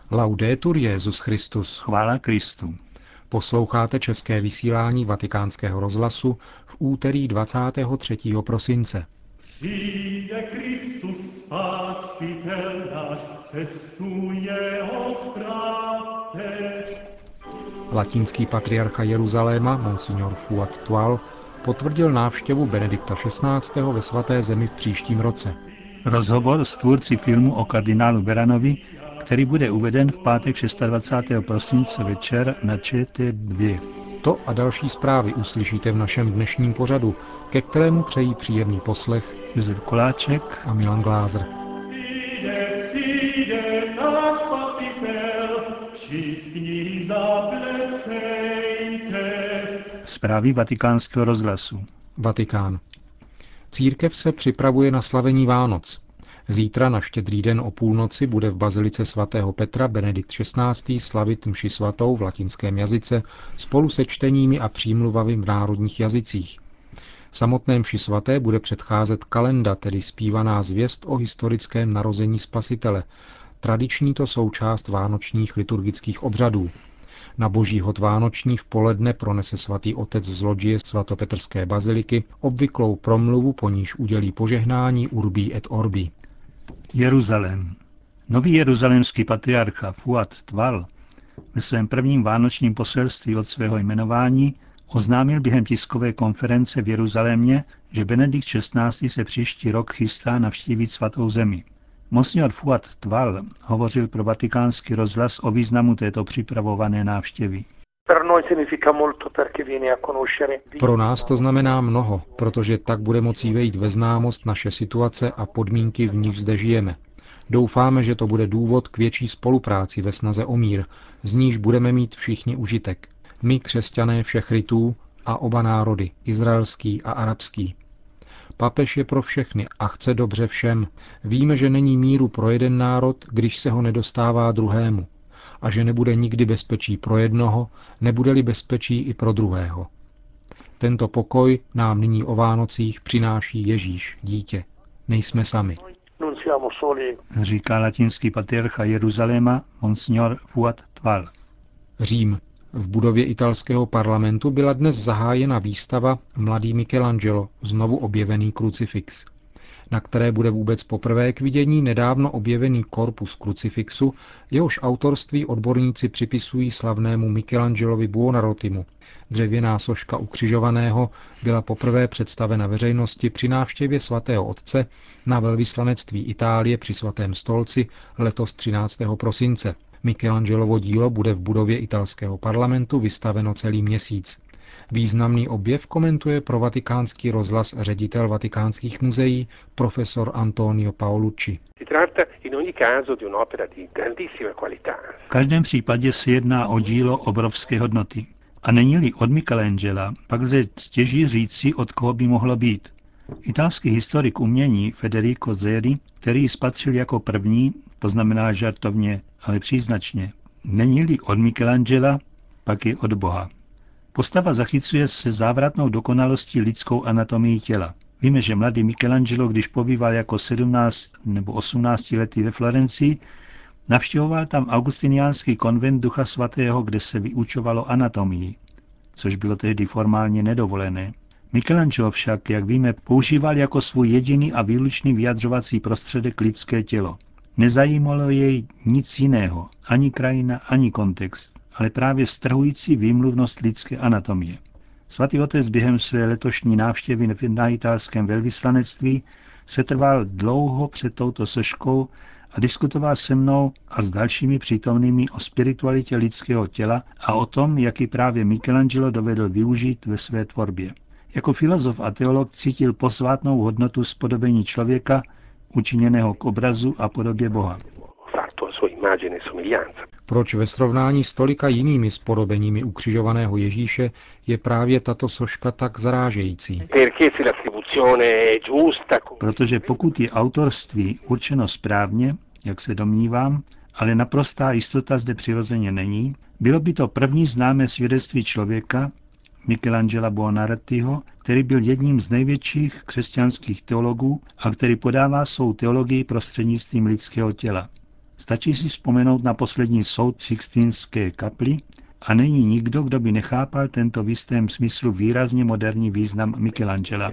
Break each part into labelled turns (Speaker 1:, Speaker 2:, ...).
Speaker 1: Laudetur Jesus Christus.
Speaker 2: Chvála Kristu.
Speaker 1: Posloucháte české vysílání Vatikánského rozhlasu v úterý 23. prosince.
Speaker 3: Přijde Kristus Spasitel náš, cestu jeho spravte.
Speaker 1: Latinský patriarcha Jeruzaléma, monsignor Fuad Tual, potvrdil návštěvu Benedikta XVI. Ve svaté zemi v příštím roce.
Speaker 2: Rozhovor s tvůrci filmu o kardinálu Beranovi, který bude uveden v pátek 26. prosince večer na ČT2.
Speaker 1: To a další zprávy uslyšíte v našem dnešním pořadu, ke kterému přejí příjemný poslech
Speaker 2: Josef Koláček
Speaker 1: a Milan Glázer.
Speaker 3: Přijde náš Spasitel, všichni zaplesejte.
Speaker 2: Zprávy Vatikánského rozhlasu.
Speaker 1: Vatikán. Církev se připravuje na slavení Vánoc. Zítra na Štědrý den o půlnoci bude v bazilice svatého Petra Benedikt XVI. Slavit mši svatou v latinském jazyce spolu se čteními a přímluvami v národních jazycích. Samotné mši svaté bude předcházet kalenda, tedy zpívaná zvěst o historickém narození Spasitele, tradiční to součást vánočních liturgických obřadů. Na boží hod vánoční v poledne pronese svatý otec z lodžie svatopetrské baziliky obvyklou promluvu, po níž udělí požehnání Urbi et Orbi.
Speaker 2: Jeruzalém. Nový jeruzalémský patriarcha Fuad Tual ve svém prvním vánočním poselství od svého jmenování oznámil během tiskové konference v Jeruzalémě, že Benedikt XVI. Se příští rok chystá navštívit svatou zemi. Monsignor Fuad Tual hovořil pro Vatikánský rozhlas o významu této připravované návštěvy.
Speaker 1: Pro nás to znamená mnoho, protože tak bude moci vejít ve známost naše situace a podmínky, v nich zde žijeme. Doufáme, že to bude důvod k větší spolupráci ve snaze o mír, z níž budeme mít všichni užitek. My, křesťané všech rytů a oba národy, izraelský a arabský. Papež je pro všechny a chce dobře všem. Víme, že není míru pro jeden národ, když se ho nedostává druhému. A že nebude nikdy bezpečí pro jednoho, nebude-li bezpečí i pro druhého. Tento pokoj nám nyní o Vánocích přináší Ježíš, dítě. Nejsme sami.
Speaker 2: Říká latinský patriarcha Jeruzaléma Monsignor Fuad Tual.
Speaker 1: Řím. V budově italského parlamentu byla dnes zahájena výstava Mladý Michelangelo, znovu objevený krucifix, na které bude vůbec poprvé k vidění nedávno objevený korpus krucifixu, jehož autorství odborníci připisují slavnému Michelangelovi Buonarrotimu. Dřevěná soška ukřižovaného byla poprvé představena veřejnosti při návštěvě svatého otce na velvyslanectví Itálie při svatém stolci letos 13. prosince. Michelangelovo dílo bude v budově italského parlamentu vystaveno celý měsíc. Významný objev komentuje pro Vatikánský rozhlas ředitel vatikánských muzeí profesor Antonio Paolucci.
Speaker 2: V každém případě se jedná o dílo obrovské hodnoty. A není-li od Michelangela, pak lze stěží říci, od koho by mohlo být. Italský historik umění Federico Zeri, který spatřil jako první, to znamená žartovně, ale příznačně, není-li od Michelangela, pak je od Boha. Postava zachycuje se závratnou dokonalostí lidskou anatomii těla. Víme, že mladý Michelangelo, když pobýval jako 17 nebo 18 letý ve Florencii, navštěvoval tam augustiniánský konvent Ducha svatého, kde se vyučovalo anatomii, což bylo tehdy formálně nedovolené. Michelangelo však, jak víme, používal jako svůj jediný a výlučný vyjadřovací prostředek lidské tělo. Nezajímalo jej nic jiného, ani krajina, ani kontext, ale právě strhující výmluvnost lidské anatomie. Svatý otec během své letošní návštěvy na italském velvyslanectví se trval dlouho před touto soškou a diskutoval se mnou a s dalšími přítomnými o spiritualitě lidského těla a o tom, jak ji právě Michelangelo dovedl využít ve své tvorbě. Jako filozof a teolog cítil posvátnou hodnotu spodobení člověka, učiněného k obrazu a podobě Boha.
Speaker 1: Proč ve srovnání s tolika jinými spodobeními ukřižovaného Ježíše je právě tato soška tak zarážející?
Speaker 2: Protože pokud je autorství určeno správně, jak se domnívám, ale naprostá jistota zde přirozeně není, bylo by to první známé svědectví člověka, Michelangela Buonarrotiho, který byl jedním z největších křesťanských teologů a který podává svou teologii prostřednictvím lidského těla. Stačí si vzpomenout na poslední soud v Sixtínské kapli a není nikdo, kdo by nechápal tento v jistém smyslu výrazně moderní význam Michelangela.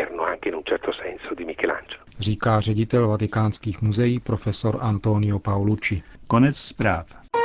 Speaker 1: Říká ředitel vatikánských muzeí profesor Antonio Paolucci.
Speaker 2: Konec zpráv.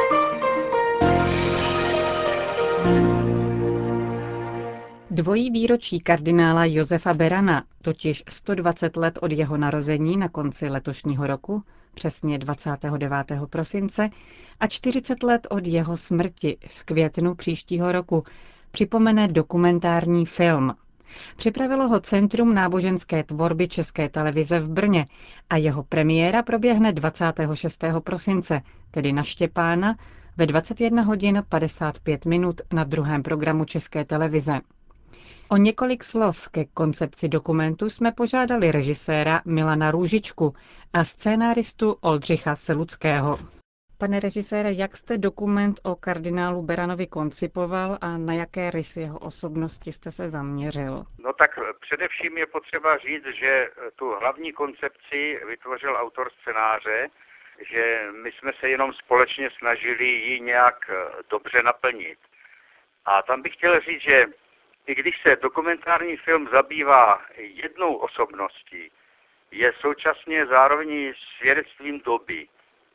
Speaker 4: Dvojí výročí kardinála Josefa Berana, totiž 120 let od jeho narození na konci letošního roku, přesně 29. prosince, a 40 let od jeho smrti v květnu příštího roku, připomene dokumentární film. Připravilo ho Centrum náboženské tvorby České televize v Brně a jeho premiéra proběhne 26. prosince, tedy na Štěpána, ve 21 hodin 55 minut na druhém programu České televize. O několik slov ke koncepci dokumentu jsme požádali režiséra Milana Růžičku a scénáristu Oldřicha Seluckého. Pane režisére, jak jste dokument o kardinálu Beranovi koncipoval a na jaké rysy jeho osobnosti jste se zaměřil?
Speaker 5: No tak především je potřeba říct, že tu hlavní koncepci vytvořil autor scénáře, že my jsme se jenom společně snažili ji nějak dobře naplnit. A tam bych chtěl říct, že i když se dokumentární film zabývá jednou osobností, je současně zároveň svědectvím doby.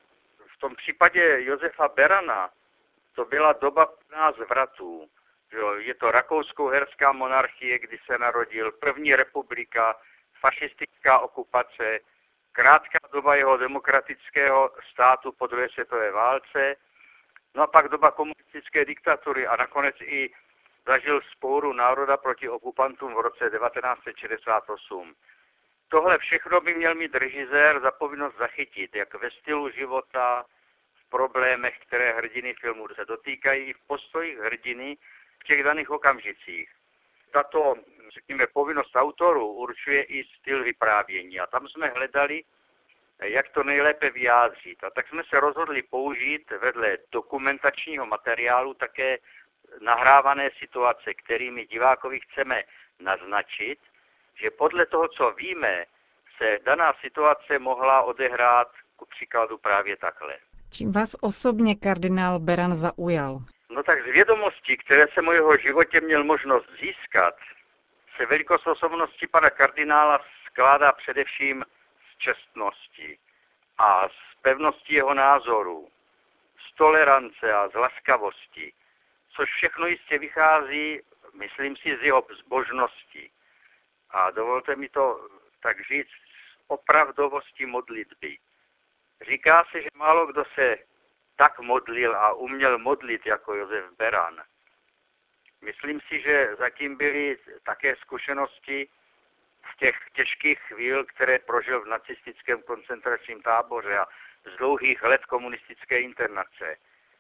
Speaker 5: V tom případě Josefa Berana to byla doba plná zvratů. Je to rakousko-uherská monarchie, kdy se narodil, první republika, fašistická okupace, krátká doba jeho demokratického státu po druhé světové válce, no a pak doba komunistické diktatury a nakonec i zažil vzpouru národa proti okupantům v roce 1968. Tohle všechno by měl mít režisér za povinnost zachytit, jak ve stylu života, v problémech, které hrdiny filmu se dotýkají, i v postojích hrdiny v těch daných okamžicích. Tato, řekněme, povinnost autorů určuje i styl vyprávění a tam jsme hledali, jak to nejlépe vyjádřit. A tak jsme se rozhodli použít vedle dokumentačního materiálu také nahrávané situace, kterými divákovi chceme naznačit, že podle toho, co víme, se daná situace mohla odehrát ku příkladu právě takhle.
Speaker 4: Čím vás osobně kardinál Beran zaujal?
Speaker 5: No tak z vědomostí, které jsem o jeho životě měl možnost získat, se velikost osobnosti pana kardinála skládá především z čestnosti a z pevnosti jeho názorů, z tolerance a z laskavosti, což všechno jistě vychází, myslím si, z jeho zbožnosti. A dovolte mi to tak říct, z opravdovosti modlitby. Říká se, že málo kdo se tak modlil a uměl modlit jako Josef Beran. Myslím si, že zatím byly také zkušenosti z těch těžkých chvíl, které prožil v nacistickém koncentračním táboře a z dlouhých let komunistické internace,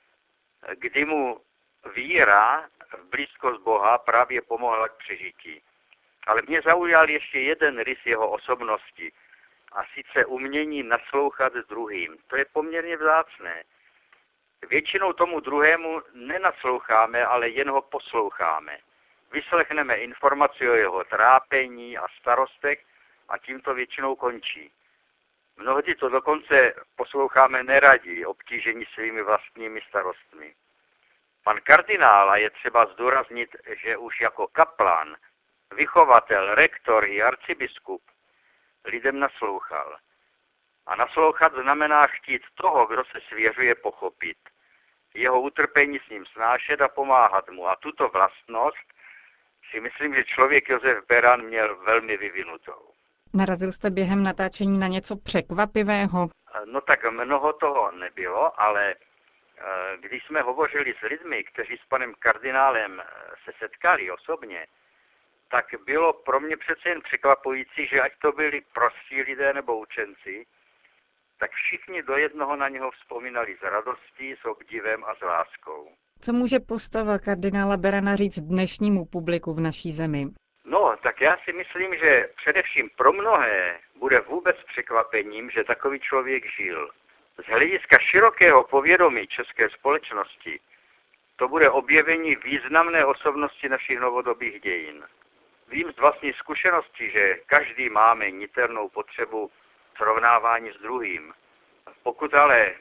Speaker 5: kdy mu víra v blízkost Boha právě pomohla k přežití. Ale mě zaujal ještě jeden rys jeho osobnosti, a sice umění naslouchat druhým. To je poměrně vzácné. Většinou tomu druhému nenasloucháme, ale jen ho posloucháme. Vyslechneme informaci o jeho trápení a starostech a tím to většinou končí. Mnohdy to dokonce posloucháme neradi, obtížení svými vlastními starostmi. Pan kardinál, a je třeba zdůraznit, že už jako kaplan, vychovatel, rektor i arcibiskup lidem naslouchal. A naslouchat znamená chtít toho, kdo se svěřuje, pochopit. Jeho utrpení s ním snášet a pomáhat mu. A tuto vlastnost si myslím, že člověk Josef Beran měl velmi vyvinutou.
Speaker 4: Narazil jste během natáčení na něco překvapivého?
Speaker 5: No tak mnoho toho nebylo, ale když jsme hovořili s lidmi, kteří s panem kardinálem se setkali osobně, tak bylo pro mě přece jen překvapující, že ať to byli prostí lidé nebo učenci, tak všichni do jednoho na něho vzpomínali s radostí, s obdivem a s láskou.
Speaker 4: Co může postava kardinála Berana říct dnešnímu publiku v naší zemi?
Speaker 5: No, tak já si myslím, že především pro mnohé bude vůbec překvapením, že takový člověk žil. Z hlediska širokého povědomí české společnosti to bude objevení významné osobnosti našich novodobých dějin. Vím z vlastní zkušenosti, že každý máme niternou potřebu srovnávání s druhým. Pokud ale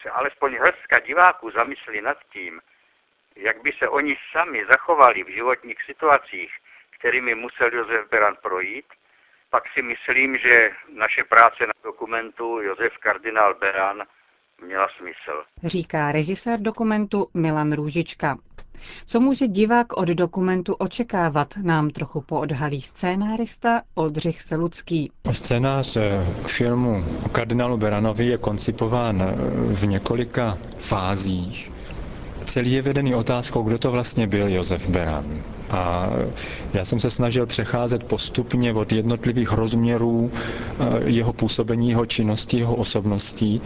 Speaker 5: se alespoň hrstka diváků zamyslí nad tím, jak by se oni sami zachovali v životních situacích, kterými musel Josef Beran projít, pak si myslím, že naše práce na dokumentu Josef kardinál Beran měla smysl.
Speaker 4: Říká režisér dokumentu Milan Růžička. Co může divák od dokumentu očekávat, nám trochu poodhalí scénárista Oldřich Selucký.
Speaker 6: Scénář k filmu o kardinálu Beranovi je koncipován v několika fázích. Celý je vedený otázkou, kdo to vlastně byl Josef Beran. A já jsem se snažil přecházet postupně od jednotlivých rozměrů jeho působení, jeho činnosti, jeho osobností,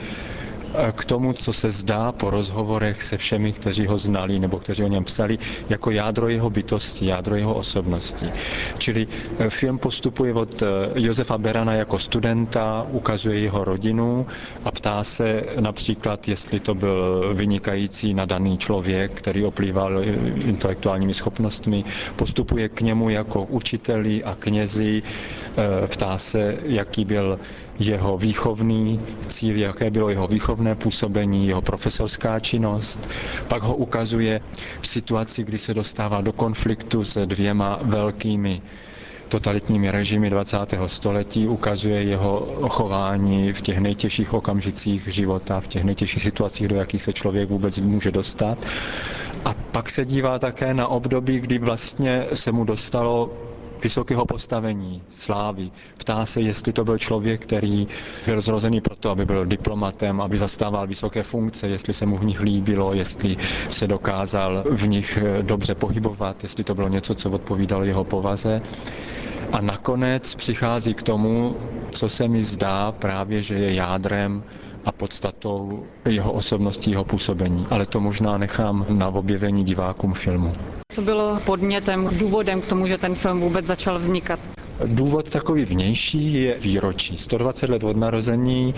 Speaker 6: k tomu, co se zdá po rozhovorech se všemi, kteří ho znali nebo kteří o něm psali, jako jádro jeho bytosti, jádro jeho osobnosti. Čili film postupuje od Josefa Berana jako studenta, ukazuje jeho rodinu a ptá se například, jestli to byl vynikající nadaný člověk, který oplýval intelektuálními schopnostmi, postupuje k němu jako učiteli a knězi, ptá se, jaký byl jeho výchovný cíl, jaké bylo jeho výchovné působení, jeho profesorská činnost. Pak ho ukazuje v situaci, kdy se dostává do konfliktu s dvěma velkými totalitními režimy 20. století, ukazuje jeho chování v těch nejtěžších okamžicích života, v těch nejtěžších situacích, do jakých se člověk vůbec může dostat. A pak se dívá také na období, kdy vlastně se mu dostalo vysokého postavení, slávy. Ptá se, jestli to byl člověk, který byl zrozený proto, aby byl diplomatem, aby zastával vysoké funkce, jestli se mu v nich líbilo, jestli se dokázal v nich dobře pohybovat, jestli to bylo něco, co odpovídalo jeho povaze. A nakonec přichází k tomu, co se mi zdá právě, že je jádrem a podstatou jeho osobnosti, jeho působení. Ale to možná nechám na objevení divákům filmu.
Speaker 4: Co bylo podnětem, důvodem k tomu, že ten film vůbec začal vznikat?
Speaker 6: Důvod takový vnější je výročí. 120 let od narození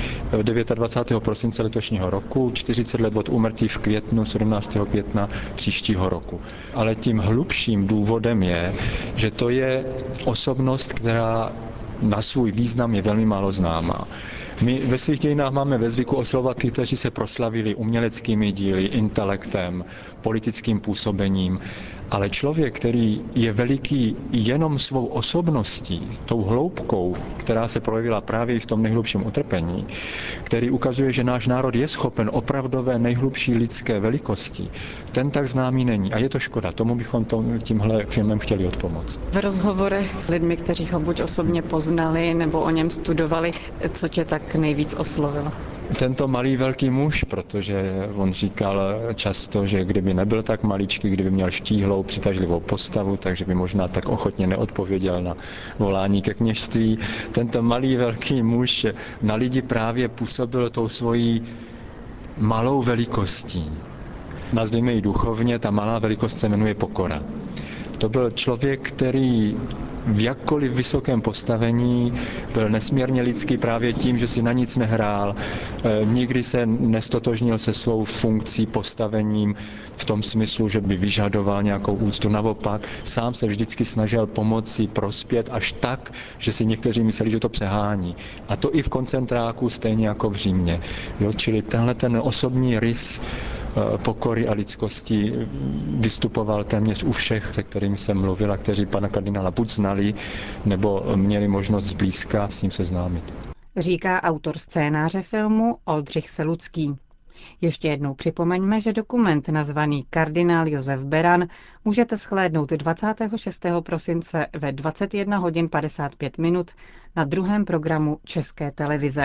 Speaker 6: 29. prosince letošního roku, 40 let od úmrtí v květnu, 17. května příštího roku. Ale tím hlubším důvodem je, že to je osobnost, která na svůj význam je velmi málo známá. My ve svých dějinách máme ve zvyku oslovovat ty, kteří se proslavili uměleckými díly, intelektem, politickým působením, ale člověk, který je veliký jenom svou osobností, tou hloubkou, která se projevila právě v tom nejhlubším utrpení, který ukazuje, že náš národ je schopen opravdové nejhlubší lidské velikosti, ten tak známý není. A je to škoda, tomu bychom tímhle filmem chtěli odpomoct.
Speaker 4: V rozhovorech s lidmi, kteří ho buď osobně poznali, nebo o něm studovali, co tě tak nejvíc oslovilo?
Speaker 6: Tento malý velký muž, protože on říkal často, že kdyby nebyl tak maličký, kdyby měl štíhlou, přitažlivou postavu, takže by možná tak ochotně neodpověděl na volání ke kněžství. Tento malý velký muž na lidi právě působil tou svojí malou velikostí. Nazvěme ji duchovně, ta malá velikost se jmenuje pokora. To byl člověk, který v jakkoliv vysokém postavení byl nesmírně lidský právě tím, že si na nic nehrál, nikdy se nestotožnil se svou funkcí, postavením v tom smyslu, že by vyžadoval nějakou úctu. Naopak, sám se vždycky snažil pomoci, prospět až tak, že si někteří mysleli, že to přehání. A to i v koncentráku, stejně jako v Římě. Jo, čili tenhle ten osobní rys pokory a lidskosti vystupoval téměř u všech, se kterými jsem mluvil a kteří pana kardinála buď znali, nebo měli možnost zblízka s ním seznámit.
Speaker 4: Říká autor scénáře filmu Oldřich Selucký. Ještě jednou připomeňme, že dokument nazvaný Kardinál Josef Beran můžete shlédnout 26. prosince ve 21 hodin 55 minut na druhém programu České televize.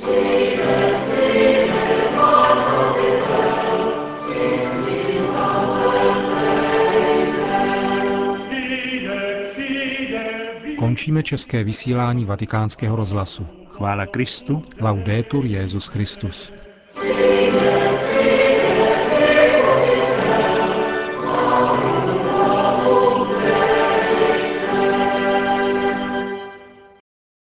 Speaker 1: Končíme české vysílání Vatikánského rozhlasu.
Speaker 2: Chvála Kristu.
Speaker 1: Laudetur Jesus Christus.